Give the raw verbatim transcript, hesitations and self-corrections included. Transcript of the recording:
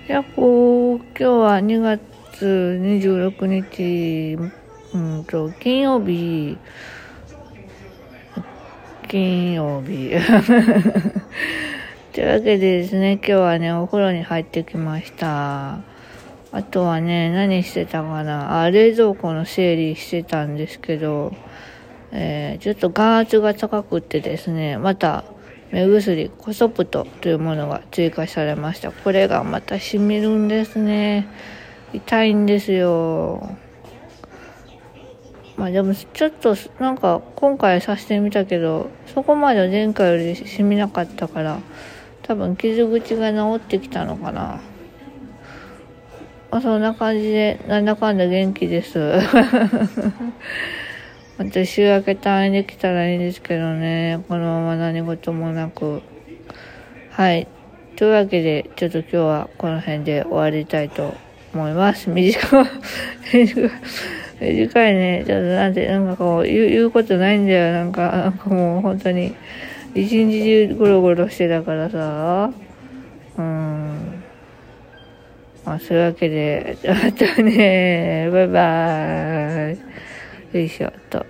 やっほー、今日はにがつにじゅうろくにち、うんと、金曜日、金曜日。というわけでですね、今日はね、お風呂に入ってきました。あとはね、何してたかな。あ、冷蔵庫の整理してたんですけど、えー、ちょっと眼圧が高くってですね、また、目薬コソプトというものが追加されました。これがまたしみるんですね。痛いんですよ。まあでもちょっとなんか今回させてみたけど、そこまで前回よりしみなかったから、多分傷口が治ってきたのかな。まあ、そんな感じでなんだかんだ元気です。また週明け退院できたらいいんですけどね、このまま何事もなく。はい。というわけで、ちょっと今日はこの辺で終わりたいと思います。短い、短いね。ちょっとなんて、なんかこう、言う、言うことないんだよ。なんか、なんかもう本当に、一日中ゴロゴロしてたからさ。うーん。まあ、そういうわけで、またね、バイバーイ。よいしょっと。